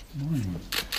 Morning.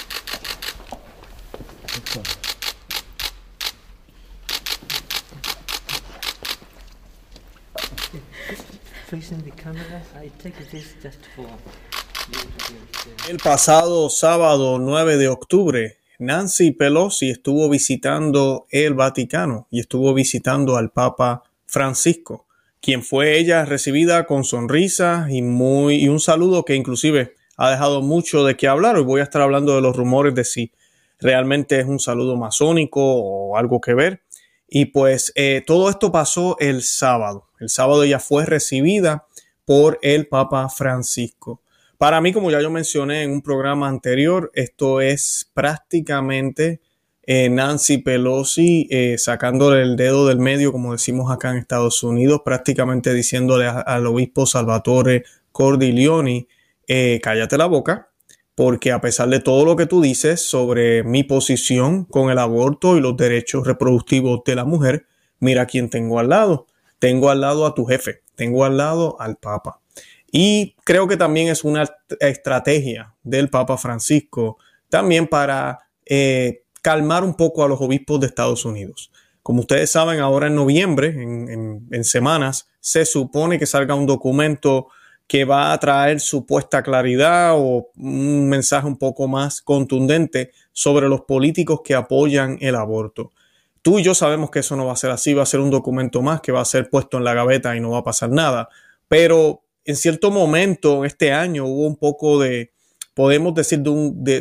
Facing the camera, I take this just for El pasado sábado 9 de octubre, Nancy Pelosi estuvo visitando el Vaticano y estuvo visitando al Papa Francisco, quien fue ella recibida con sonrisas y un saludo que inclusive ha dejado mucho de qué hablar. Hoy voy a estar hablando de los rumores de si realmente es un saludo masónico o algo que ver. Y pues todo esto pasó el sábado. El sábado ella fue recibida por el Papa Francisco. Para mí, como ya yo mencioné en un programa anterior, esto es prácticamente Nancy Pelosi sacándole el dedo del medio, como decimos acá en Estados Unidos, prácticamente diciéndole al obispo Salvatore Cordileone, cállate la boca, porque a pesar de todo lo que tú dices sobre mi posición con el aborto y los derechos reproductivos de la mujer, mira quién tengo al lado. Tengo al lado a tu jefe, tengo al lado al Papa. Y creo que también es una estrategia del Papa Francisco también para calmar un poco a los obispos de Estados Unidos. Como ustedes saben, ahora en noviembre, en semanas, se supone que salga un documento que va a traer supuesta claridad o un mensaje un poco más contundente sobre los políticos que apoyan el aborto. Tú y yo sabemos que eso no va a ser así, va a ser un documento más que va a ser puesto en la gaveta y no va a pasar nada. Pero en cierto momento este año hubo un poco de, podemos decir, de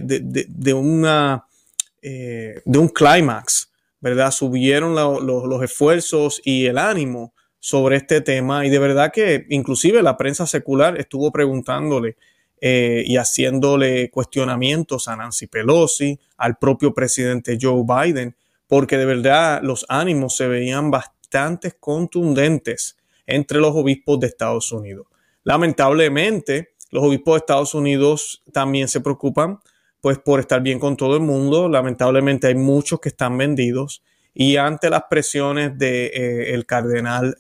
un clímax, ¿verdad? Subieron los esfuerzos y el ánimo sobre este tema y de verdad que inclusive la prensa secular estuvo preguntándole y haciéndole cuestionamientos a Nancy Pelosi, al propio presidente Joe Biden, porque de verdad los ánimos se veían bastante contundentes entre los obispos de Estados Unidos. Lamentablemente, los obispos de Estados Unidos también se preocupan pues por estar bien con todo el mundo. Lamentablemente hay muchos que están vendidos y ante las presiones de el cardenal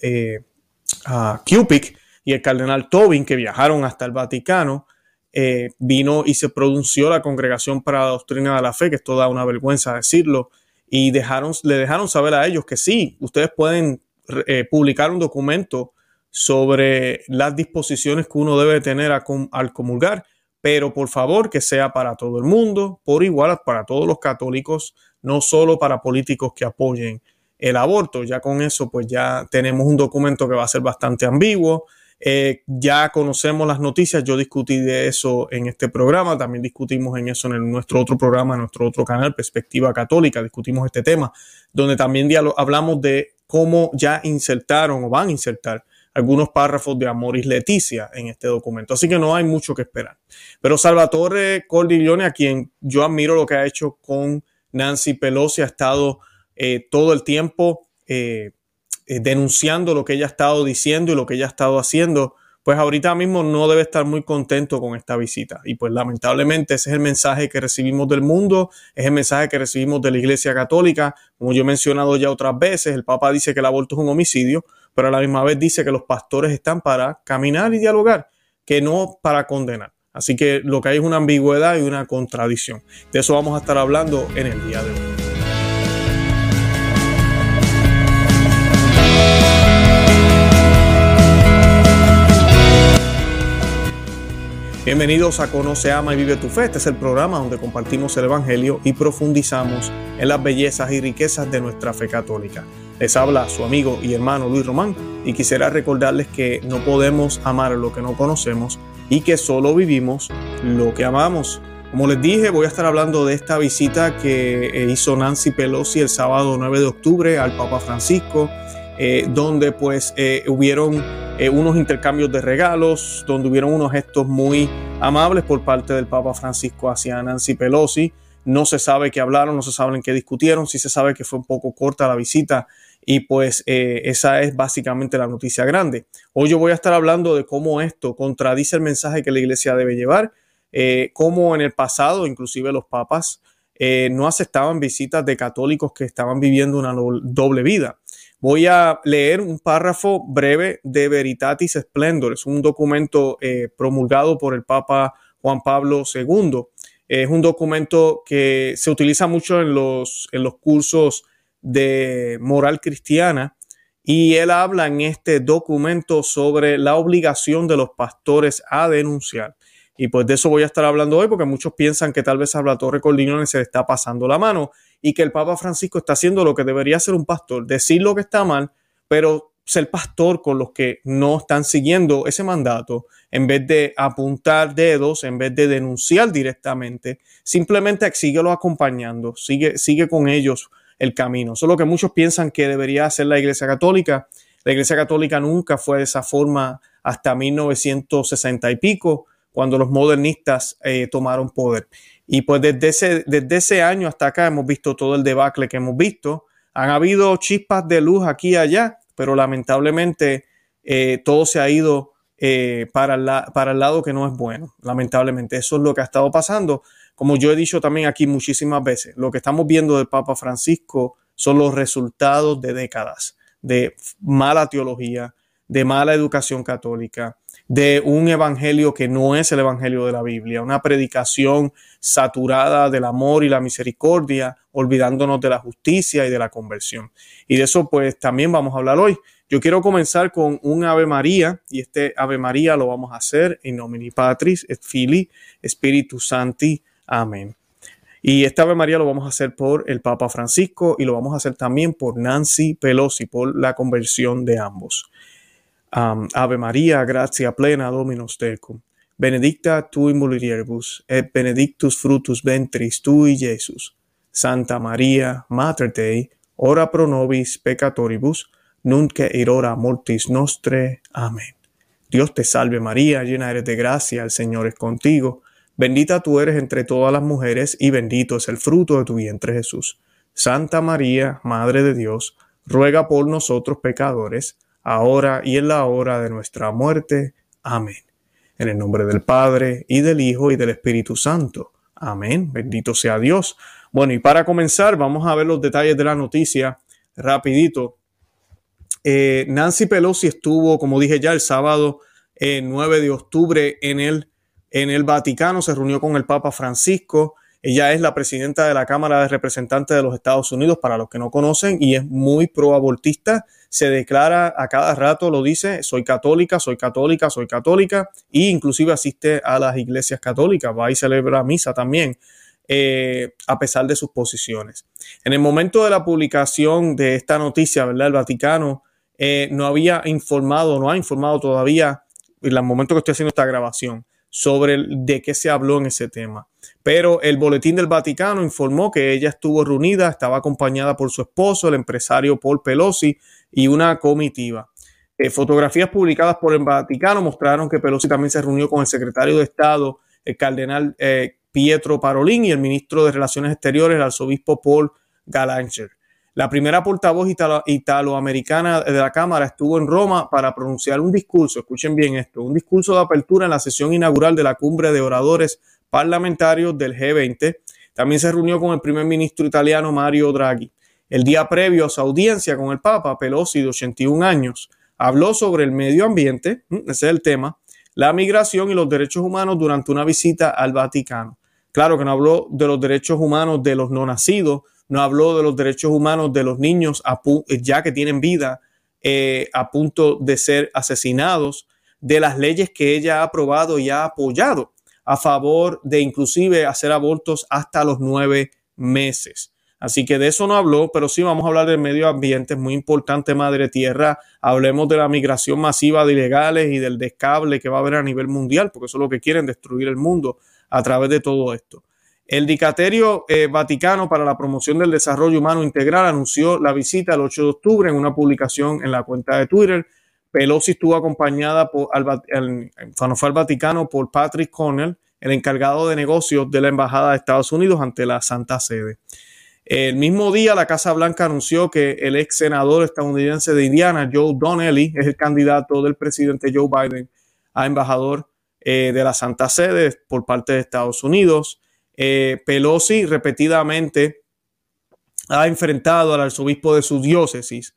Cupic y el cardenal Tobin, que viajaron hasta el Vaticano, vino y se pronunció la Congregación para la Doctrina de la Fe, que esto da una vergüenza decirlo, y le dejaron saber a ellos que sí, ustedes pueden publicar un documento sobre las disposiciones que uno debe tener al comulgar, pero por favor que sea para todo el mundo, por igual para todos los católicos, no solo para políticos que apoyen el aborto. Ya con eso pues ya tenemos un documento que va a ser bastante ambiguo. Ya conocemos las noticias, yo discutí de eso en este programa, también discutimos en eso en nuestro otro programa, en nuestro otro canal, Perspectiva Católica, discutimos este tema, donde también hablamos de cómo ya insertaron o van a insertar algunos párrafos de Amoris Laetitia en este documento. Así que no hay mucho que esperar. Pero Salvatore Cordileone, a quien yo admiro lo que ha hecho con Nancy Pelosi, ha estado todo el tiempo denunciando lo que ella ha estado diciendo y lo que ella ha estado haciendo, pues ahorita mismo no debe estar muy contento con esta visita. Y pues lamentablemente ese es el mensaje que recibimos del mundo, es el mensaje que recibimos de la Iglesia Católica. Como yo he mencionado ya otras veces, el Papa dice que el aborto es un homicidio, pero a la misma vez dice que los pastores están para caminar y dialogar, que no para condenar. Así que lo que hay es una ambigüedad y una contradicción. De eso vamos a estar hablando en el día de hoy. Bienvenidos a Conoce, Ama y Vive tu Fe. Este es el programa donde compartimos el Evangelio y profundizamos en las bellezas y riquezas de nuestra fe católica. Les habla su amigo y hermano Luis Román y quisiera recordarles que no podemos amar lo que no conocemos y que solo vivimos lo que amamos. Como les dije, voy a estar hablando de esta visita que hizo Nancy Pelosi el sábado 9 de octubre al Papa Francisco, donde pues hubieron unos intercambios de regalos, donde hubieron unos gestos muy amables por parte del Papa Francisco hacia Nancy Pelosi. No se sabe qué hablaron, no se sabe en qué discutieron, sí se sabe que fue un poco corta la visita y pues esa es básicamente la noticia grande. Hoy yo voy a estar hablando de cómo esto contradice el mensaje que la iglesia debe llevar, cómo en el pasado inclusive los papas no aceptaban visitas de católicos que estaban viviendo una doble vida. Voy a leer un párrafo breve de Veritatis Splendor, es un documento promulgado por el Papa Juan Pablo II, Es un documento que se utiliza mucho en los cursos de moral cristiana, y él habla en este documento sobre la obligación de los pastores a denunciar. Y pues de eso voy a estar hablando hoy, porque muchos piensan que tal vez a Salvatore Cordileone se le está pasando la mano y que el Papa Francisco está haciendo lo que debería hacer un pastor, decir lo que está mal, pero ser pastor con los que no están siguiendo ese mandato, en vez de apuntar dedos, en vez de denunciar directamente, simplemente síguelo acompañando, sigue con ellos el camino. Eso es lo que muchos piensan que debería hacer la Iglesia Católica. La Iglesia Católica nunca fue de esa forma hasta 1960 y pico, cuando los modernistas tomaron poder. Y pues desde ese año hasta acá hemos visto todo el debacle que hemos visto. Han habido chispas de luz aquí y allá, pero lamentablemente todo se ha ido para el lado que no es bueno. Lamentablemente eso es lo que ha estado pasando. Como yo he dicho también aquí muchísimas veces, lo que estamos viendo del Papa Francisco son los resultados de décadas de mala teología, de mala educación católica, de un evangelio que no es el evangelio de la Biblia, una predicación saturada del amor y la misericordia, olvidándonos de la justicia y de la conversión. Y de eso pues también vamos a hablar hoy. Yo quiero comenzar con un Ave María, y este Ave María lo vamos a hacer in nomine Patris et Filii Spiritus Sancti. Amén. Y esta Ave María lo vamos a hacer por el Papa Francisco y lo vamos a hacer también por Nancy Pelosi, por la conversión de ambos. Ave María, gratia plena, Dominus tecum. Benedicta tu in mulieribus, et benedictus fructus ventris tui, Iesus. Santa María, Mater Dei, ora pro nobis peccatoribus, nunc et in hora mortis nostre. Amén. Dios te salve María, llena eres de gracia, el Señor es contigo. Bendita tú eres entre todas las mujeres y bendito es el fruto de tu vientre Jesús. Santa María, Madre de Dios, ruega por nosotros pecadores, ahora y en la hora de nuestra muerte. Amén. En el nombre del Padre, y del Hijo, y del Espíritu Santo. Amén. Bendito sea Dios. Bueno, y para comenzar, vamos a ver los detalles de la noticia rapidito. Nancy Pelosi estuvo, como dije ya, el sábado 9 de octubre en el Vaticano, se reunió con el Papa Francisco. Ella es la presidenta de la Cámara de Representantes de los Estados Unidos, para los que no conocen, y es muy proabortista. Se declara a cada rato, lo dice, soy católica, soy católica, soy católica, e inclusive asiste a las iglesias católicas, va y celebra misa también, a pesar de sus posiciones. En el momento de la publicación de esta noticia, ¿verdad? El Vaticano no ha informado todavía, en el momento que estoy haciendo esta grabación, sobre de qué se habló en ese tema. Pero el Boletín del Vaticano informó que ella estuvo reunida, estaba acompañada por su esposo, el empresario Paul Pelosi, y una comitiva. Fotografías publicadas por el Vaticano mostraron que Pelosi también se reunió con el secretario de Estado, el cardenal Pietro Parolin, y el ministro de Relaciones Exteriores, el arzobispo Paul Gallagher. La primera portavoz italoamericana de la Cámara estuvo en Roma para pronunciar un discurso, escuchen bien esto, un discurso de apertura en la sesión inaugural de la cumbre de oradores parlamentarios del G20. También se reunió con el primer ministro italiano Mario Draghi. El día previo a su audiencia con el Papa, Pelosi, de 81 años, habló sobre el medio ambiente, ese es el tema, la migración y los derechos humanos durante una visita al Vaticano. Claro que no habló de los derechos humanos de los no nacidos, no habló de los derechos humanos de los niños ya que tienen vida, a punto de ser asesinados, de las leyes que ella ha aprobado y ha apoyado a favor de inclusive hacer abortos hasta los 9 meses. Así que de eso no habló, pero sí vamos a hablar del medio ambiente, es muy importante, Madre Tierra. Hablemos de la migración masiva de ilegales y del descable que va a haber a nivel mundial, porque eso es lo que quieren, destruir el mundo a través de todo esto. El Dicasterio Vaticano para la Promoción del Desarrollo Humano Integral anunció la visita el 8 de octubre en una publicación en la cuenta de Twitter. Pelosi estuvo acompañada cuando fue al Vaticano por Patrick Cornell, el encargado de negocios de la Embajada de Estados Unidos ante la Santa Sede. El mismo día, la Casa Blanca anunció que el ex senador estadounidense de Indiana, Joe Donnelly, es el candidato del presidente Joe Biden a embajador de la Santa Sede por parte de Estados Unidos. Pelosi repetidamente ha enfrentado al arzobispo de su diócesis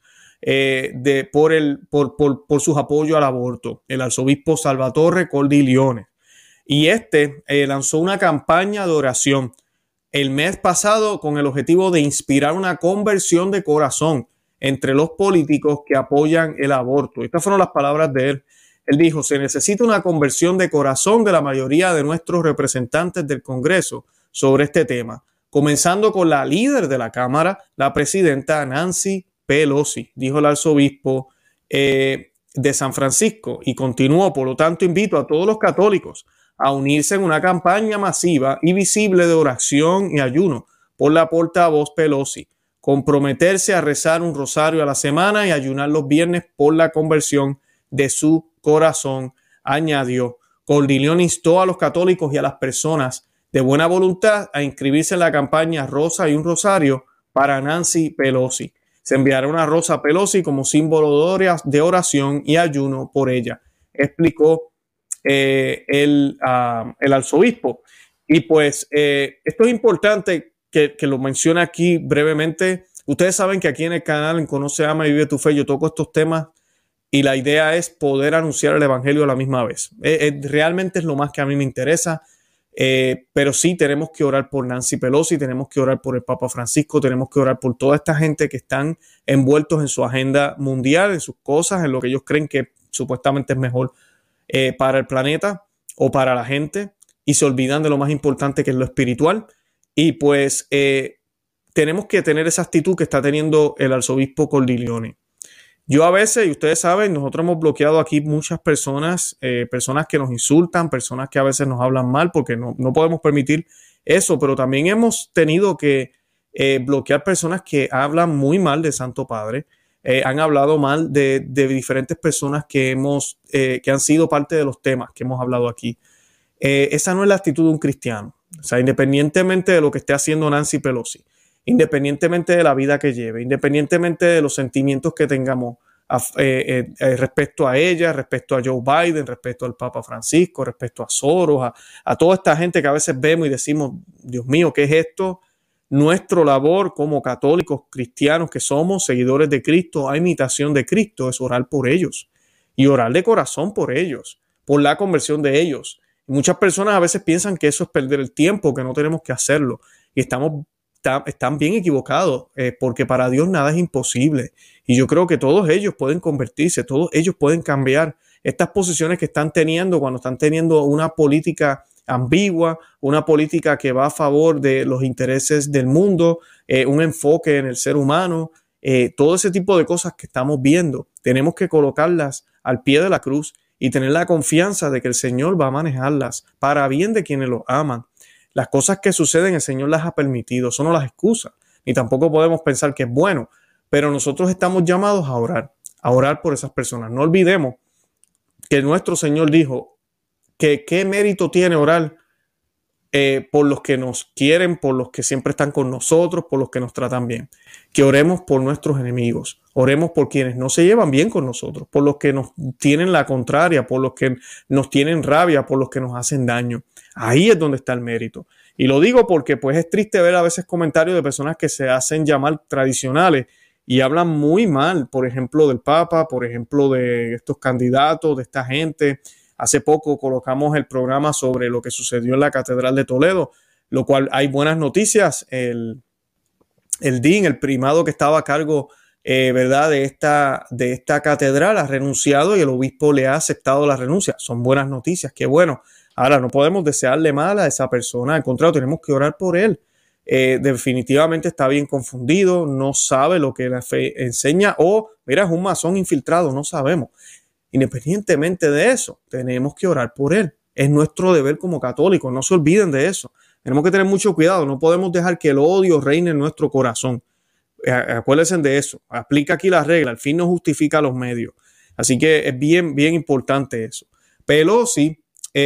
por sus apoyos al aborto, el arzobispo Salvatore Cordileone. y lanzó una campaña de oración el mes pasado con el objetivo de inspirar una conversión de corazón entre los políticos que apoyan el aborto. Estas fueron las palabras de él. Él dijo: se necesita una conversión de corazón de la mayoría de nuestros representantes del Congreso sobre este tema, comenzando con la líder de la Cámara, la presidenta Nancy Pelosi, dijo el arzobispo de San Francisco, y continuó: por lo tanto, invito a todos los católicos a unirse en una campaña masiva y visible de oración y ayuno por la portavoz Pelosi, comprometerse a rezar un rosario a la semana y ayunar los viernes por la conversión de su corazón, añadió. Cordileone instó a los católicos y a las personas de buena voluntad a inscribirse en la campaña Rosa y un Rosario para Nancy Pelosi. Se enviará una rosa a Pelosi como símbolo de oración y ayuno por ella, explicó el arzobispo. Y pues esto es importante que lo mencione aquí brevemente. Ustedes saben que aquí en el canal, en Conoce, Ama y Vive tu Fe, yo toco estos temas y la idea es poder anunciar el evangelio a la misma vez. Realmente es lo más que a mí me interesa. Pero sí tenemos que orar por Nancy Pelosi, tenemos que orar por el Papa Francisco, tenemos que orar por toda esta gente que están envueltos en su agenda mundial, en sus cosas, en lo que ellos creen que supuestamente es mejor para el planeta o para la gente, y se olvidan de lo más importante, que es lo espiritual. Y pues tenemos que tener esa actitud que está teniendo el arzobispo Cordileone. Yo a veces, y ustedes saben, nosotros hemos bloqueado aquí muchas personas, personas que nos insultan, personas que a veces nos hablan mal, porque no podemos permitir eso, pero también hemos tenido que bloquear personas que hablan muy mal del Santo Padre, han hablado mal de diferentes personas que han sido parte de los temas que hemos hablado aquí. Esa no es la actitud de un cristiano. O sea, independientemente de lo que esté haciendo Nancy Pelosi, independientemente de la vida que lleve, independientemente de los sentimientos que tengamos respecto a ella, respecto a Joe Biden, respecto al Papa Francisco, respecto a Soros, a toda esta gente que a veces vemos y decimos: Dios mío, ¿qué es esto? Nuestra labor como católicos cristianos que somos, seguidores de Cristo, a imitación de Cristo, es orar por ellos y orar de corazón por ellos, por la conversión de ellos. Y muchas personas a veces piensan que eso es perder el tiempo, que no tenemos que hacerlo, y están bien equivocados, porque para Dios nada es imposible. Y yo creo que todos ellos pueden convertirse, todos ellos pueden cambiar estas posiciones que están teniendo cuando están teniendo una política ambigua, una política que va a favor de los intereses del mundo, un enfoque en el ser humano, todo ese tipo de cosas que estamos viendo. Tenemos que colocarlas al pie de la cruz y tener la confianza de que el Señor va a manejarlas para bien de quienes lo aman. Las cosas que suceden, el Señor las ha permitido, eso no las excusa, ni tampoco podemos pensar que es bueno, pero nosotros estamos llamados a orar por esas personas. No olvidemos que nuestro Señor dijo que qué mérito tiene orar por los que nos quieren, por los que siempre están con nosotros, por los que nos tratan bien. Que oremos por nuestros enemigos, oremos por quienes no se llevan bien con nosotros, por los que nos tienen la contraria, por los que nos tienen rabia, por los que nos hacen daño. Ahí es donde está el mérito. Y lo digo porque pues es triste ver a veces comentarios de personas que se hacen llamar tradicionales y hablan muy mal, por ejemplo, del Papa, por ejemplo, de estos candidatos, de esta gente. Hace poco colocamos el programa sobre lo que sucedió en la Catedral de Toledo, lo cual hay buenas noticias. El dean, el primado que estaba a cargo ¿verdad? de esta catedral, ha renunciado y el obispo le ha aceptado la renuncia. Son buenas noticias, qué bueno. Ahora, no podemos desearle mal a esa persona, al contrario, tenemos que orar por él. Definitivamente está bien confundido, no sabe lo que la fe enseña, o mira, es un masón infiltrado, no sabemos. Independientemente de eso, tenemos que orar por él. Es nuestro deber como católicos, no se olviden de eso. Tenemos que tener mucho cuidado, no podemos dejar que el odio reine en nuestro corazón. Acuérdense de eso, aplica aquí la regla, el fin no justifica los medios. Así que es bien, bien importante eso. Pelosi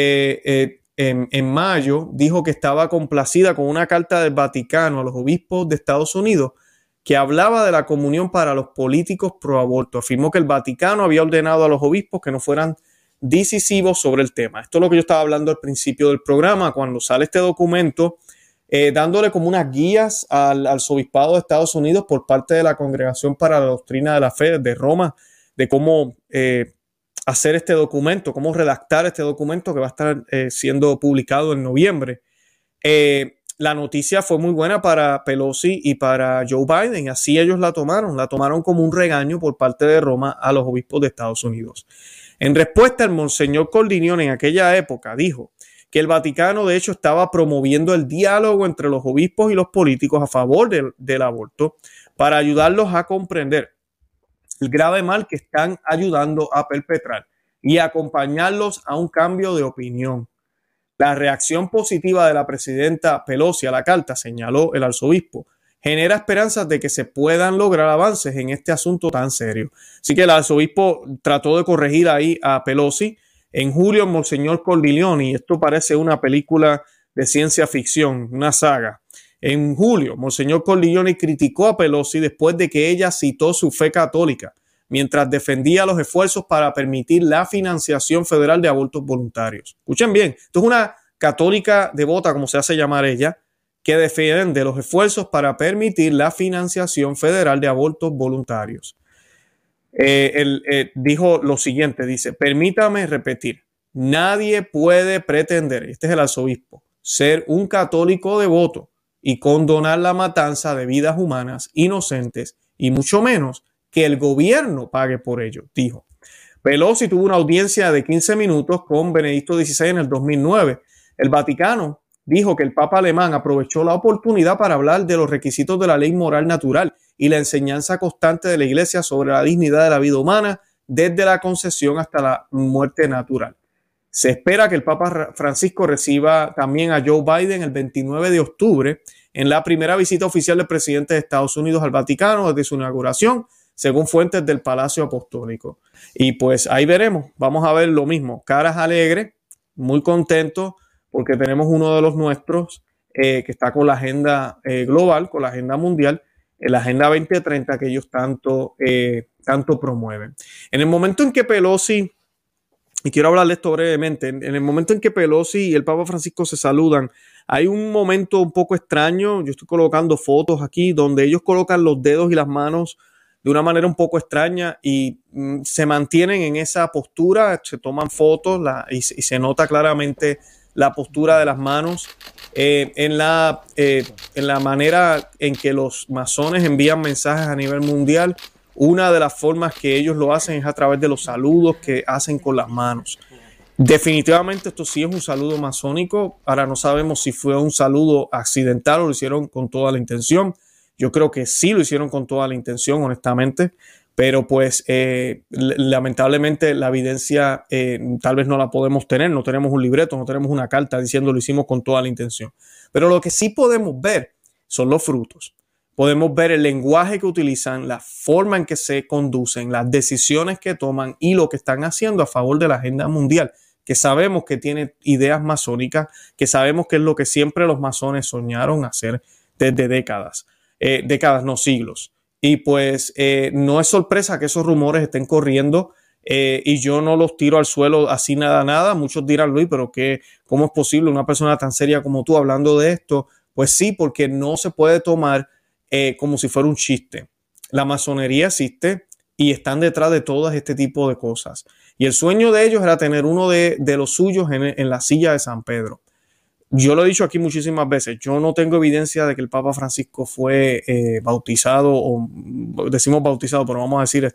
en mayo dijo que estaba complacida con una carta del Vaticano a los obispos de Estados Unidos que hablaba de la comunión para los políticos pro aborto. Afirmó que el Vaticano había ordenado a los obispos que no fueran decisivos sobre el tema. Esto es lo que yo estaba hablando al principio del programa, cuando sale este documento dándole como unas guías al arzobispado de Estados Unidos por parte de la Congregación para la Doctrina de la Fe de Roma, de cómo hacer este documento, cómo redactar este documento que va a estar siendo publicado en noviembre. La noticia fue muy buena para Pelosi y para Joe Biden. Así ellos la tomaron como un regaño por parte de Roma a los obispos de Estados Unidos. En respuesta, el Monseñor Cordileone en aquella época dijo que el Vaticano de hecho estaba promoviendo el diálogo entre los obispos y los políticos a favor del aborto para ayudarlos a comprender el grave mal que están ayudando a perpetrar y acompañarlos a un cambio de opinión. La reacción positiva de la presidenta Pelosi a la carta, señaló el arzobispo, genera esperanzas de que se puedan lograr avances en este asunto tan serio. Así que el arzobispo trató de corregir ahí a Pelosi. En julio, Monseñor Cordileone, y esto parece una película de ciencia ficción, una saga. En julio, Monseñor Cordileone criticó a Pelosi después de que ella citó su fe católica, mientras defendía los esfuerzos para permitir la financiación federal de abortos voluntarios. Escuchen bien, esto es una católica devota, como se hace llamar ella, que defiende los esfuerzos para permitir la financiación federal de abortos voluntarios. Dijo lo siguiente, dice, permítame repetir, nadie puede pretender, este es el arzobispo, ser un católico devoto y condonar la matanza de vidas humanas inocentes y mucho menos que el gobierno pague por ello, dijo. Pelosi tuvo una audiencia de 15 minutos con Benedicto XVI en el 2009. El Vaticano dijo que el Papa alemán aprovechó la oportunidad para hablar de los requisitos de la ley moral natural y la enseñanza constante de la Iglesia sobre la dignidad de la vida humana desde la concepción hasta la muerte natural. Se espera que el Papa Francisco reciba también a Joe Biden el 29 de octubre en la primera visita oficial del presidente de Estados Unidos al Vaticano desde su inauguración, según fuentes del Palacio Apostólico. Y pues ahí veremos, vamos a ver lo mismo, caras alegres, muy contentos, porque tenemos uno de los nuestros que está con la agenda global, con la agenda mundial, la agenda 2030 que ellos tanto promueven. En el momento en que Pelosi, y quiero hablar de esto brevemente, en el momento en que Pelosi y el Papa Francisco se saludan, hay un momento un poco extraño. Yo estoy colocando fotos aquí donde ellos colocan los dedos y las manos de una manera un poco extraña y se mantienen en esa postura, se toman fotos y se nota claramente la postura de las manos. En la manera en que los masones envían mensajes a nivel mundial, una de las formas que ellos lo hacen es a través de los saludos que hacen con las manos. Definitivamente esto sí es un saludo masónico. Ahora no sabemos si fue un saludo accidental o lo hicieron con toda la intención. Yo creo que sí lo hicieron con toda la intención, honestamente, pero pues lamentablemente la evidencia tal vez no la podemos tener, no tenemos un libreto, no tenemos una carta diciendo lo hicimos con toda la intención. Pero lo que sí podemos ver son los frutos. Podemos ver el lenguaje que utilizan, la forma en que se conducen, las decisiones que toman y lo que están haciendo a favor de la agenda mundial, que sabemos que tiene ideas masónicas, que sabemos que es lo que siempre los masones soñaron hacer desde décadas. No siglos. Y pues no es sorpresa que esos rumores estén corriendo y yo no los tiro al suelo así nada. Muchos dirán, Luis, pero ¿cómo es posible una persona tan seria como tú hablando de esto? Pues sí, porque no se puede tomar como si fuera un chiste. La masonería existe y están detrás de todo este tipo de cosas. Y el sueño de ellos era tener uno de los suyos en la silla de San Pedro. Yo lo he dicho aquí muchísimas veces, yo no tengo evidencia de que el Papa Francisco fue bautizado, o decimos bautizado, pero vamos a decir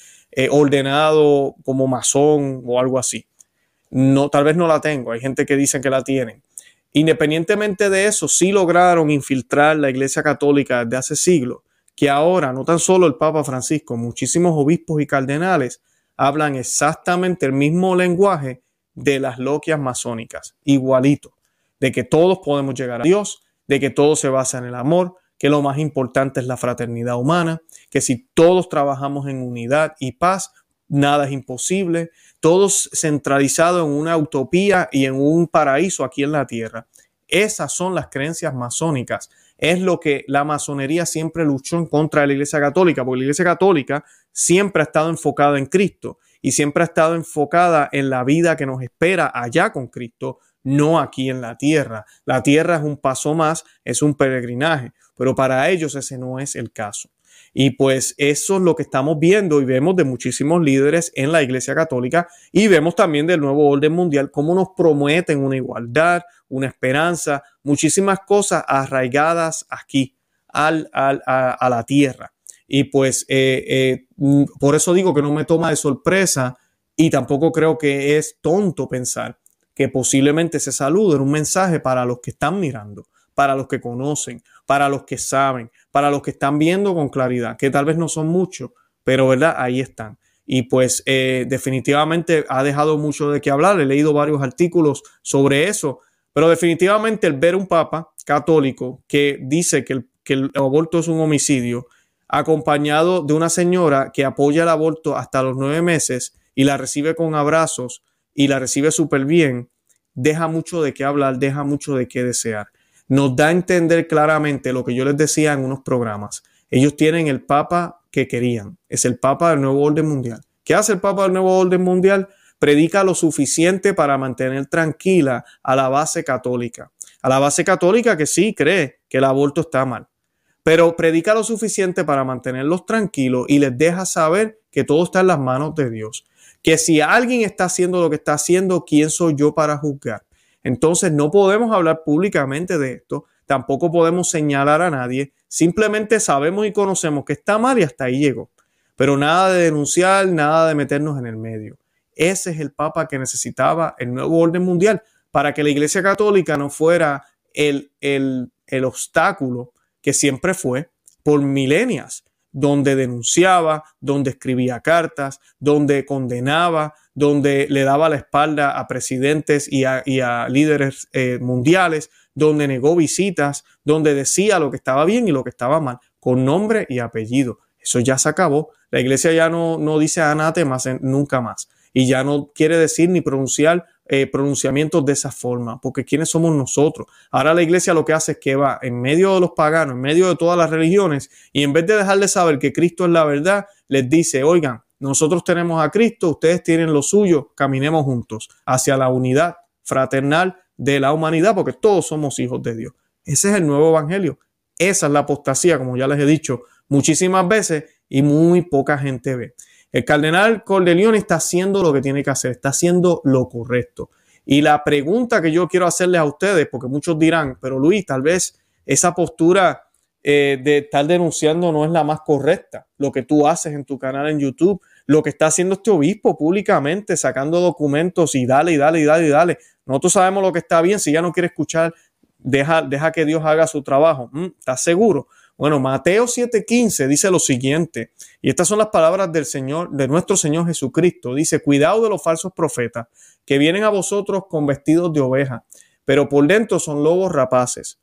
ordenado como masón o algo así. No, tal vez no la tengo, hay gente que dice que la tienen. Independientemente de eso, sí lograron infiltrar la Iglesia Católica desde hace siglos, que ahora no tan solo el Papa Francisco, muchísimos obispos y cardenales hablan exactamente el mismo lenguaje de las logias masónicas, igualito. De que todos podemos llegar a Dios, de que todo se basa en el amor, que lo más importante es la fraternidad humana, que si todos trabajamos en unidad y paz, nada es imposible, todos centralizados en una utopía y en un paraíso aquí en la tierra. Esas son las creencias masónicas. Es lo que la masonería siempre luchó en contra de la Iglesia Católica, porque la Iglesia Católica siempre ha estado enfocada en Cristo y siempre ha estado enfocada en la vida que nos espera allá con Cristo, no aquí en la tierra. La tierra es un paso más, es un peregrinaje, pero para ellos ese no es el caso. Y pues eso es lo que estamos viendo y vemos de muchísimos líderes en la Iglesia Católica y vemos también del nuevo orden mundial cómo nos prometen una igualdad, una esperanza, muchísimas cosas arraigadas aquí a la tierra. Y pues por eso digo que no me toma de sorpresa y tampoco creo que es tonto pensar que posiblemente ese saludo era un mensaje para los que están mirando, para los que conocen, para los que saben, para los que están viendo con claridad, que tal vez no son muchos, pero verdad, ahí están. Y pues definitivamente ha dejado mucho de qué hablar. He leído varios artículos sobre eso, pero definitivamente el ver un papa católico que dice que el aborto es un homicidio, acompañado de una señora que apoya el aborto hasta los 9 meses y la recibe con abrazos y la recibe súper bien, deja mucho de qué hablar, deja mucho de qué desear. Nos da a entender claramente lo que yo les decía en unos programas. Ellos tienen el papa que querían. Es el papa del nuevo orden mundial. ¿Qué hace el papa del nuevo orden mundial? Predica lo suficiente para mantener tranquila a la base católica. A la base católica que sí cree que el aborto está mal. Pero predica lo suficiente para mantenerlos tranquilos y les deja saber que todo está en las manos de Dios. Que si alguien está haciendo lo que está haciendo, ¿quién soy yo para juzgar? Entonces no podemos hablar públicamente de esto, tampoco podemos señalar a nadie, simplemente sabemos y conocemos que está mal y hasta ahí llegó. Pero nada de denunciar, nada de meternos en el medio. Ese es el papa que necesitaba el nuevo orden mundial para que la Iglesia Católica no fuera el obstáculo que siempre fue por milenias, donde denunciaba, donde escribía cartas, donde condenaba, donde le daba la espalda a presidentes y a líderes mundiales, donde negó visitas, donde decía lo que estaba bien y lo que estaba mal, con nombre y apellido. Eso ya se acabó. La iglesia ya no dice anátemas nunca más y ya no quiere decir ni pronunciar pronunciamientos de esa forma, porque ¿quiénes somos nosotros? Ahora la iglesia lo que hace es que va en medio de los paganos, en medio de todas las religiones, y en vez de dejarles saber que Cristo es la verdad, les dice, oigan, nosotros tenemos a Cristo, ustedes tienen lo suyo, caminemos juntos hacia la unidad fraternal de la humanidad, porque todos somos hijos de Dios. Ese es el nuevo evangelio. Esa es la apostasía, como ya les he dicho muchísimas veces, y muy poca gente ve. El cardenal Cordileone está haciendo lo que tiene que hacer, está haciendo lo correcto. Y la pregunta que yo quiero hacerles a ustedes, porque muchos dirán, pero Luis, tal vez esa postura de estar denunciando no es la más correcta. Lo que tú haces en tu canal en YouTube, lo que está haciendo este obispo públicamente, sacando documentos y dale. Nosotros sabemos lo que está bien. Si ya no quiere escuchar, deja que Dios haga su trabajo. ¿Estás seguro? Bueno, Mateo 7:15 dice lo siguiente, y estas son las palabras del Señor, de nuestro Señor Jesucristo. Dice, cuidado de los falsos profetas que vienen a vosotros con vestidos de oveja, pero por dentro son lobos rapaces.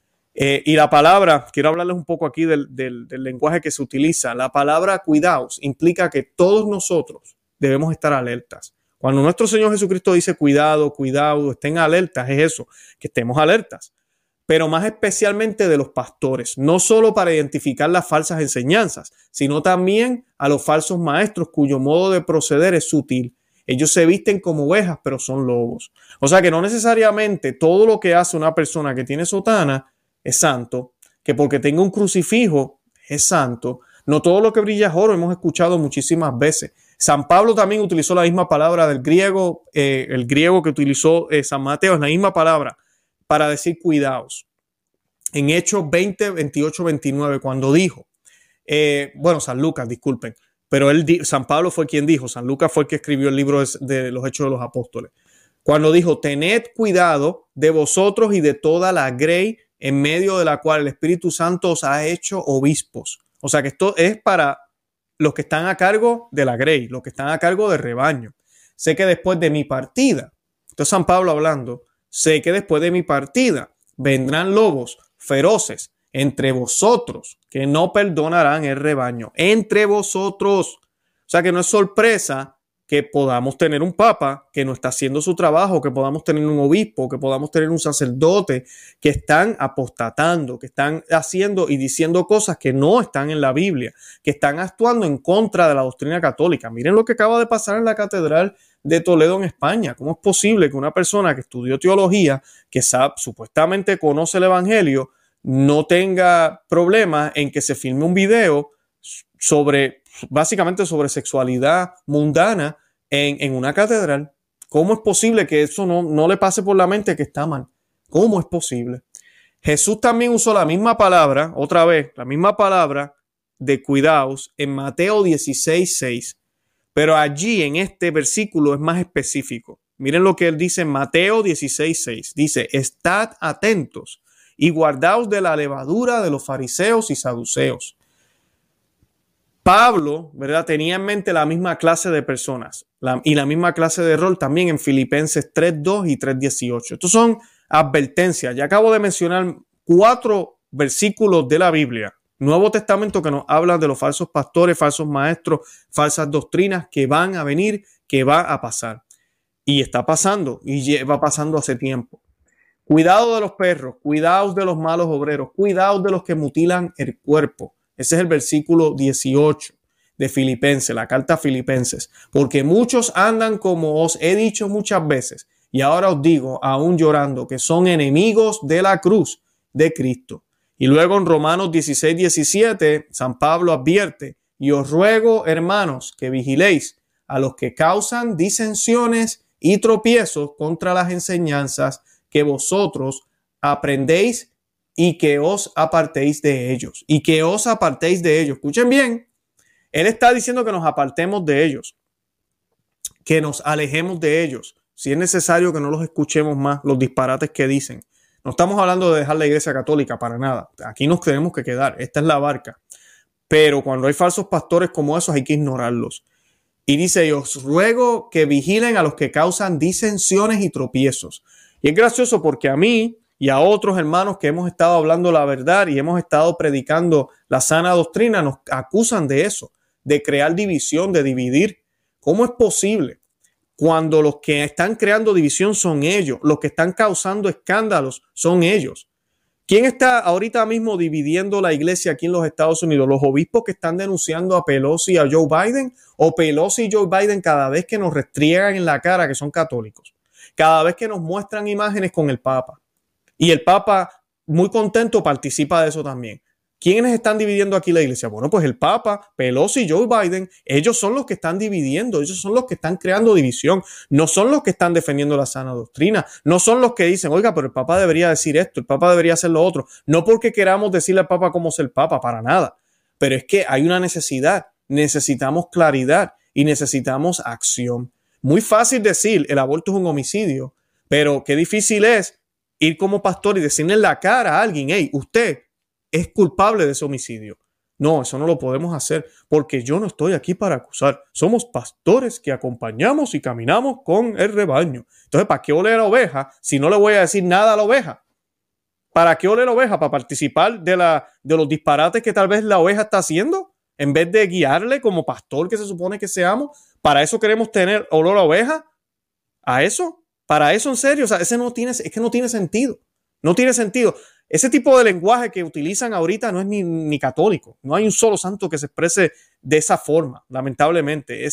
Y la palabra, quiero hablarles un poco aquí del lenguaje que se utiliza. La palabra cuidaos implica que todos nosotros debemos estar alertas. Cuando nuestro Señor Jesucristo dice cuidado, estén alertas, es eso, que estemos alertas. Pero más especialmente de los pastores, no solo para identificar las falsas enseñanzas, sino también a los falsos maestros cuyo modo de proceder es sutil. Ellos se visten como ovejas, pero son lobos. O sea que no necesariamente todo lo que hace una persona que tiene sotana es santo, que porque tenga un crucifijo es santo. No todo lo que brilla es oro, hemos escuchado muchísimas veces. San Pablo también utilizó la misma palabra del griego, el griego que utilizó San Mateo, es la misma palabra para decir cuidaos. En Hechos 20, 28, 29, cuando dijo, San Lucas, disculpen, pero San Pablo fue quien dijo, San Lucas fue el que escribió el libro de los Hechos de los Apóstoles. Cuando dijo, tened cuidado de vosotros y de toda la grey en medio de la cual el Espíritu Santo os ha hecho obispos. O sea que esto es para los que están a cargo de la grey, los que están a cargo del rebaño. Sé que después de mi partida, esto es San Pablo hablando, sé que después de mi partida vendrán lobos feroces entre vosotros que no perdonarán el rebaño. Entre vosotros. O sea que no es sorpresa que podamos tener un papa que no está haciendo su trabajo, que podamos tener un obispo, que podamos tener un sacerdote que están apostatando, que están haciendo y diciendo cosas que no están en la Biblia, que están actuando en contra de la doctrina católica. Miren lo que acaba de pasar en la Catedral de Toledo en España. ¿Cómo es posible que una persona que estudió teología, que supuestamente conoce el evangelio, no tenga problemas en que se filme un video básicamente sobre sexualidad mundana en una catedral. ¿Cómo es posible que eso no le pase por la mente que está mal? ¿Cómo es posible? Jesús también usó la misma palabra, otra vez, la misma palabra de cuidaos en Mateo 16:6, pero allí en este versículo es más específico. Miren lo que él dice en Mateo 16:6. Dice, estad atentos y guardaos de la levadura de los fariseos y saduceos. Pablo, ¿verdad?, tenía en mente la misma clase de personas y la misma clase de rol también en Filipenses 3:2 y 3:18. Estos son advertencias. Ya acabo de mencionar 4 versículos de la Biblia, Nuevo Testamento, que nos hablan de los falsos pastores, falsos maestros, falsas doctrinas que van a venir, que va a pasar. Y está pasando y lleva pasando hace tiempo. Cuidado de los perros, cuidaos de los malos obreros, cuidaos de los que mutilan el cuerpo. Ese es el versículo 18 de Filipenses, la carta a Filipenses. Porque muchos andan como os he dicho muchas veces, y ahora os digo, aún llorando, que son enemigos de la cruz de Cristo. Y luego en Romanos 16:17, San Pablo advierte, y os ruego, hermanos, que vigiléis a los que causan disensiones y tropiezos contra las enseñanzas que vosotros aprendéis y que os apartéis de ellos. Y que os apartéis de ellos. Escuchen bien. Él está diciendo que nos apartemos de ellos. Que nos alejemos de ellos. Si es necesario que no los escuchemos más, los disparates que dicen. No estamos hablando de dejar la iglesia católica para nada. Aquí nos tenemos que quedar. Esta es la barca. Pero cuando hay falsos pastores como esos hay que ignorarlos. Y dice, os ruego que vigilen a los que causan disensiones y tropiezos. Y es gracioso porque a mí y a otros hermanos que hemos estado hablando la verdad y hemos estado predicando la sana doctrina, nos acusan de eso, de crear división, de dividir. ¿Cómo es posible? Cuando los que están creando división son ellos, los que están causando escándalos son ellos. ¿Quién está ahorita mismo dividiendo la iglesia aquí en los Estados Unidos? ¿Los obispos que están denunciando a Pelosi y a Joe Biden? ¿O Pelosi y Joe Biden cada vez que nos restriegan en la cara que son católicos? Cada vez que nos muestran imágenes con el Papa. Y el Papa, muy contento, participa de eso también. ¿Quiénes están dividiendo aquí la iglesia? Bueno, pues el Papa, Pelosi y Joe Biden, ellos son los que están dividiendo, ellos son los que están creando división, no son los que están defendiendo la sana doctrina, no son los que dicen, oiga, pero el Papa debería decir esto, el Papa debería hacer lo otro. No porque queramos decirle al Papa cómo es el Papa, para nada, pero es que hay una necesidad, necesitamos claridad y necesitamos acción. Muy fácil decir, el aborto es un homicidio, pero qué difícil es ir como pastor y decirle en la cara a alguien, hey, usted es culpable de ese homicidio. No, eso no lo podemos hacer porque yo no estoy aquí para acusar. Somos pastores que acompañamos y caminamos con el rebaño. Entonces, ¿para qué ole la oveja si no le voy a decir nada a la oveja? ¿Para qué ole la oveja? ¿Para participar de los disparates que tal vez la oveja está haciendo? En vez de guiarle como pastor que se supone que seamos. ¿Para eso queremos tener olor a oveja? ¿A eso? ¿Para eso en serio? O sea, es que no tiene sentido. No tiene sentido. Ese tipo de lenguaje que utilizan ahorita no es ni católico. No hay un solo santo que se exprese de esa forma, lamentablemente.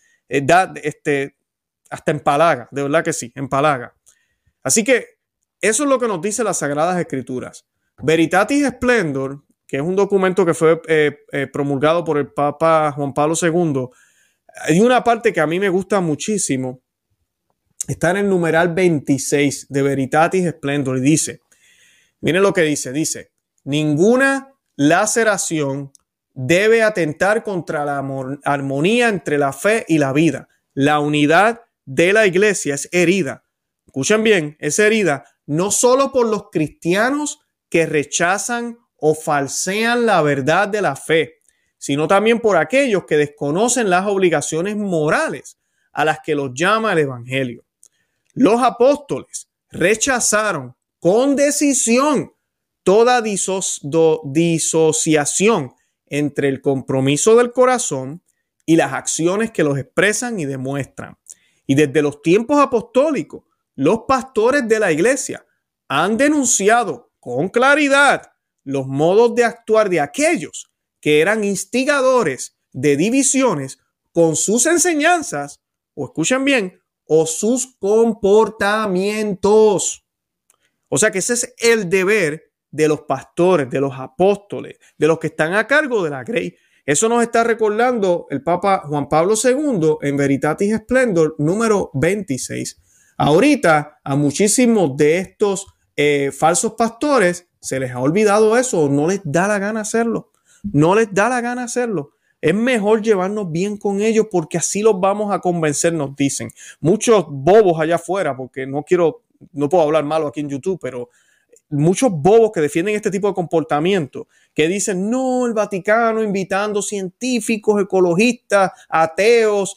Hasta empalaga, de verdad que sí, empalaga. Así que eso es lo que nos dice las Sagradas Escrituras. Veritatis Splendor, que es un documento que fue promulgado por el Papa Juan Pablo II, hay una parte que a mí me gusta muchísimo. Está en el numeral 26 de Veritatis Splendor y dice, miren lo que dice, ninguna laceración debe atentar contra la armonía entre la fe y la vida. La unidad de la iglesia es herida. Escuchen bien, es herida no solo por los cristianos que rechazan o falsean la verdad de la fe, sino también por aquellos que desconocen las obligaciones morales a las que los llama el Evangelio. Los apóstoles rechazaron con decisión toda disociación entre el compromiso del corazón y las acciones que los expresan y demuestran. Y desde los tiempos apostólicos, los pastores de la iglesia han denunciado con claridad los modos de actuar de aquellos que eran instigadores de divisiones con sus enseñanzas, o escuchen bien, o sus comportamientos. O sea que ese es el deber de los pastores, de los apóstoles, de los que están a cargo de la grey, Eso nos está recordando el Papa Juan Pablo II en Veritatis Splendor número 26. Ahorita a muchísimos de estos falsos pastores se les ha olvidado eso, no les da la gana hacerlo. No les da la gana hacerlo. Es mejor llevarnos bien con ellos porque así los vamos a convencer, nos dicen. Muchos bobos allá afuera, porque no puedo hablar malo aquí en YouTube, pero muchos bobos que defienden este tipo de comportamiento, que dicen, no, el Vaticano invitando científicos, ecologistas, ateos,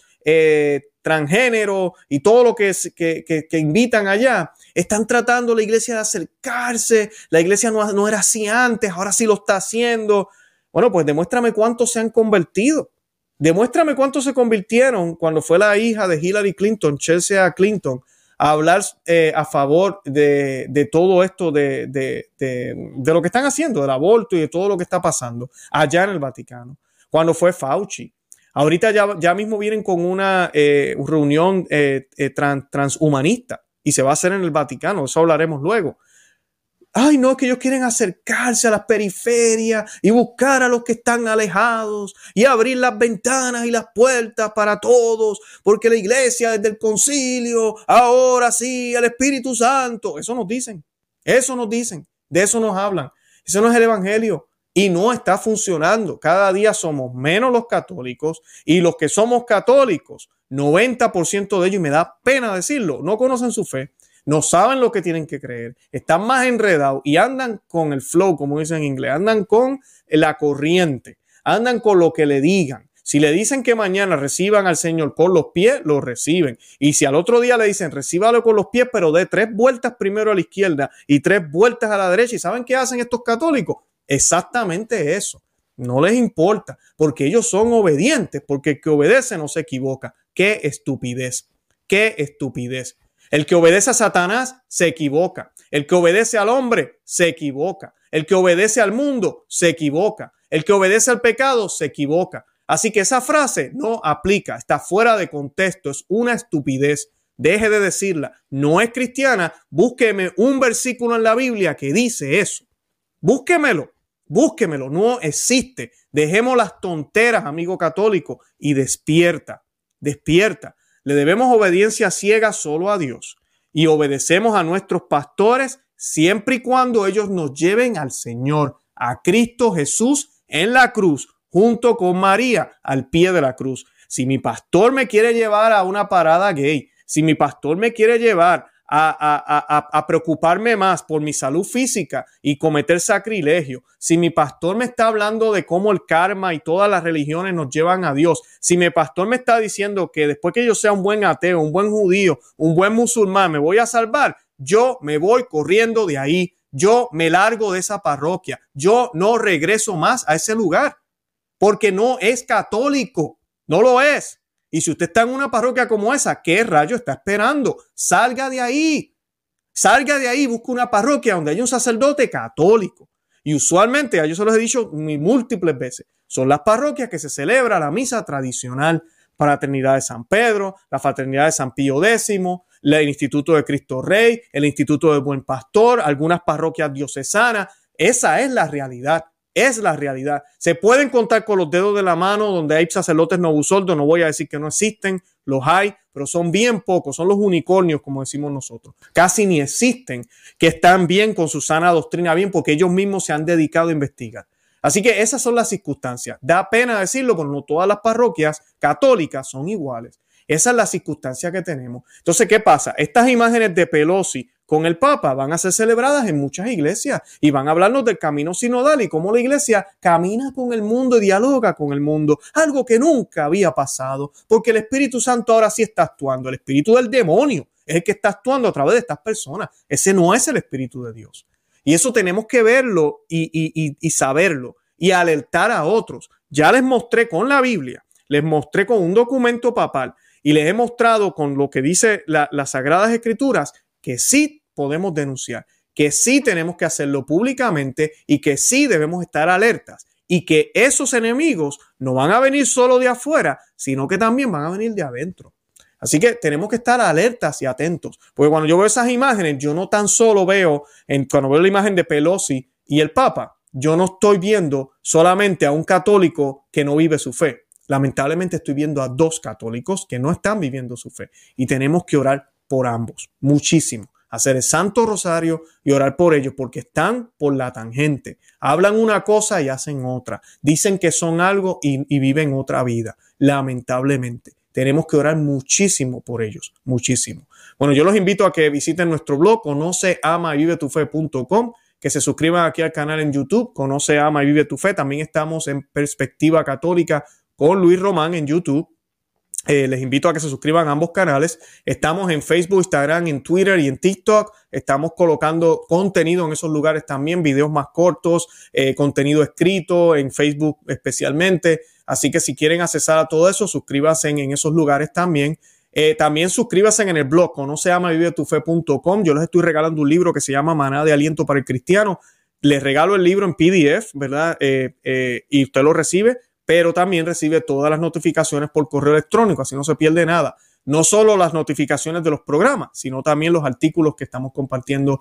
transgénero y todo lo que invitan allá, están tratando la iglesia de acercarse, la iglesia no era así antes, ahora sí lo está haciendo. Bueno, pues demuéstrame cuántos se han convertido. Demuéstrame cuántos se convirtieron cuando fue la hija de Hillary Clinton, Chelsea Clinton, a hablar a favor de todo esto, de lo que están haciendo, del aborto y de todo lo que está pasando allá en el Vaticano. Cuando fue Fauci. Ahorita ya mismo vienen con una reunión transhumanista y se va a hacer en el Vaticano. Eso hablaremos luego. Ay, no, es que ellos quieren acercarse a las periferias y buscar a los que están alejados y abrir las ventanas y las puertas para todos, porque la iglesia desde el concilio, ahora sí, el Espíritu Santo. Eso nos dicen, de eso nos hablan. Eso no es el evangelio y no está funcionando. Cada día somos menos los católicos y los que somos católicos, 90% de ellos, y me da pena decirlo, no conocen su fe. No saben lo que tienen que creer, están más enredados y andan con el flow, como dicen en inglés, andan con la corriente, andan con lo que le digan. Si le dicen que mañana reciban al Señor con los pies, lo reciben. Y si al otro día le dicen recíbalo con los pies, pero dé 3 vueltas primero a la izquierda y 3 vueltas a la derecha. ¿Y saben qué hacen estos católicos? Exactamente eso. No les importa, porque ellos son obedientes, porque el que obedece no se equivoca. ¡Qué estupidez! ¡Qué estupidez! El que obedece a Satanás se equivoca. El que obedece al hombre se equivoca. El que obedece al mundo se equivoca. El que obedece al pecado se equivoca. Así que esa frase no aplica, está fuera de contexto, es una estupidez. Deje de decirla. No es cristiana. Búsqueme un versículo en la Biblia que dice eso. Búsquemelo. No existe. Dejemos las tonteras, amigo católico, y despierta. Le debemos obediencia ciega solo a Dios y obedecemos a nuestros pastores siempre y cuando ellos nos lleven al Señor, a Cristo Jesús en la cruz, junto con María al pie de la cruz. Si mi pastor me quiere llevar a una parada gay, si mi pastor me quiere llevar a preocuparme más por mi salud física y cometer sacrilegio, si mi pastor me está hablando de cómo el karma y todas las religiones nos llevan a Dios, si mi pastor me está diciendo que después que yo sea un buen ateo, un buen judío, un buen musulmán, me voy a salvar, yo me voy corriendo de ahí, yo me largo de esa parroquia, yo no regreso más a ese lugar, porque no es católico, no lo es. Y si usted está en una parroquia como esa, ¿qué rayo está esperando? Salga de ahí, busque una parroquia donde haya un sacerdote católico. Y usualmente, yo se los he dicho múltiples veces, son las parroquias que se celebra la misa tradicional, Fraternidad de San Pedro, la Fraternidad de San Pío X, el Instituto de Cristo Rey, el Instituto del Buen Pastor, algunas parroquias diocesanas. Esa es la realidad. Es la realidad. Se pueden contar con los dedos de la mano donde hay sacerdotes novusoldos. No voy a decir que no existen, los hay, pero son bien pocos. Son los unicornios, como decimos nosotros. Casi ni existen, que están bien con su sana doctrina, bien, porque ellos mismos se han dedicado a investigar. Así que esas son las circunstancias. Da pena decirlo, pero no todas las parroquias católicas son iguales. Esa es la circunstancia que tenemos. Entonces, ¿qué pasa? Estas imágenes de Pelosi con el Papa van a ser celebradas en muchas iglesias y van a hablarnos del camino sinodal y cómo la iglesia camina con el mundo y dialoga con el mundo, algo que nunca había pasado, porque el Espíritu Santo ahora sí está actuando. El espíritu del demonio es el que está actuando a través de estas personas. Ese no es el Espíritu de Dios. Y eso tenemos que verlo y saberlo y alertar a otros. Ya les mostré con la Biblia, les mostré con un documento papal y les he mostrado con lo que dice las Sagradas Escrituras que sí podemos denunciar, que sí tenemos que hacerlo públicamente y que sí debemos estar alertas y que esos enemigos no van a venir solo de afuera, sino que también van a venir de adentro. Así que tenemos que estar alertas y atentos, porque cuando yo veo esas imágenes, yo no tan solo veo, cuando veo la imagen de Pelosi y el Papa, yo no estoy viendo solamente a un católico que no vive su fe. Lamentablemente estoy viendo a 2 católicos que no están viviendo su fe y tenemos que orar por ambos, muchísimo. Hacer el Santo Rosario y orar por ellos porque están por la tangente. Hablan una cosa y hacen otra. Dicen que son algo y viven otra vida. Lamentablemente. Tenemos que orar muchísimo por ellos. Muchísimo. Bueno, yo los invito a que visiten nuestro blog conoceamaYviveTuFe.com, que se suscriban aquí al canal en YouTube, Conoce, Ama y Vive tu Fe. También estamos en Perspectiva Católica con Luis Román en YouTube. Les invito a que se suscriban a ambos canales. Estamos en Facebook, Instagram, en Twitter y en TikTok. Estamos colocando contenido en esos lugares también, videos más cortos, contenido escrito en Facebook especialmente. Así que si quieren accesar a todo eso, suscríbanse en esos lugares también. También suscríbanse en el blog conoceamaYviveTuFe.com. Yo les estoy regalando un libro que se llama Maná de Aliento para el Cristiano. Les regalo el libro en PDF, ¿verdad? Y usted lo recibe, pero también recibe todas las notificaciones por correo electrónico, así no se pierde nada. No solo las notificaciones de los programas, sino también los artículos que estamos compartiendo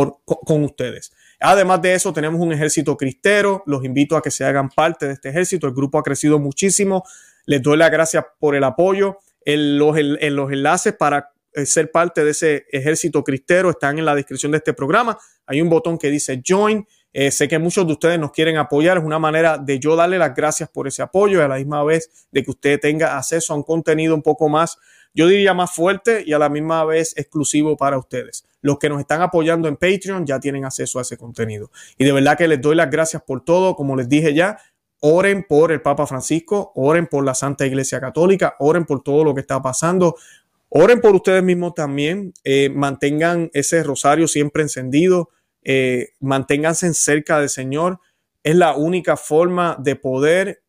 con ustedes. Además de eso, tenemos un ejército cristero. Los invito a que se hagan parte de este ejército. El grupo ha crecido muchísimo. Les doy las gracias por el apoyo. Los enlaces para ser parte de ese ejército cristero están en la descripción de este programa. Hay un botón que dice Join. Sé que muchos de ustedes nos quieren apoyar. Es una manera de yo darle las gracias por ese apoyo y a la misma vez de que usted tenga acceso a un contenido un poco más, yo diría más fuerte y a la misma vez exclusivo para ustedes. Los que nos están apoyando en Patreon ya tienen acceso a ese contenido. Y de verdad que les doy las gracias por todo. Como les dije ya, oren por el Papa Francisco, oren por la Santa Iglesia Católica, oren por todo lo que está pasando. Oren por ustedes mismos también. Mantengan ese rosario siempre encendido. Manténganse cerca del Señor. Es la única forma de poder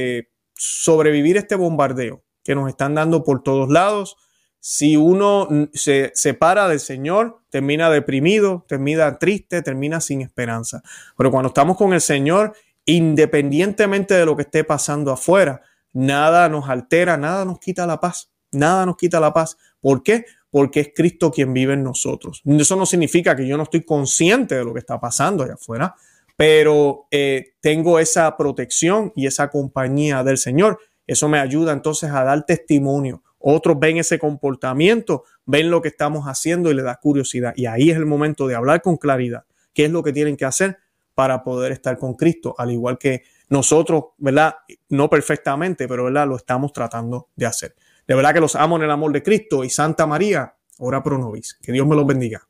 sobrevivir este bombardeo que nos están dando por todos lados. Si uno se separa del Señor, termina deprimido, termina triste, termina sin esperanza. Pero cuando estamos con el Señor, independientemente de lo que esté pasando afuera, nada nos altera, nada nos quita la paz. Nada nos quita la paz. ¿Por qué? Porque es Cristo quien vive en nosotros. Eso no significa que yo no estoy consciente de lo que está pasando allá afuera, pero tengo esa protección y esa compañía del Señor. Eso me ayuda entonces a dar testimonio. Otros ven ese comportamiento, ven lo que estamos haciendo y les da curiosidad. Y ahí es el momento de hablar con claridad. ¿Qué es lo que tienen que hacer para poder estar con Cristo? Al igual que nosotros, ¿verdad? No perfectamente, pero ¿verdad? Lo estamos tratando de hacer. De verdad que los amo en el amor de Cristo y Santa María, ora pro nobis. Que Dios me los bendiga.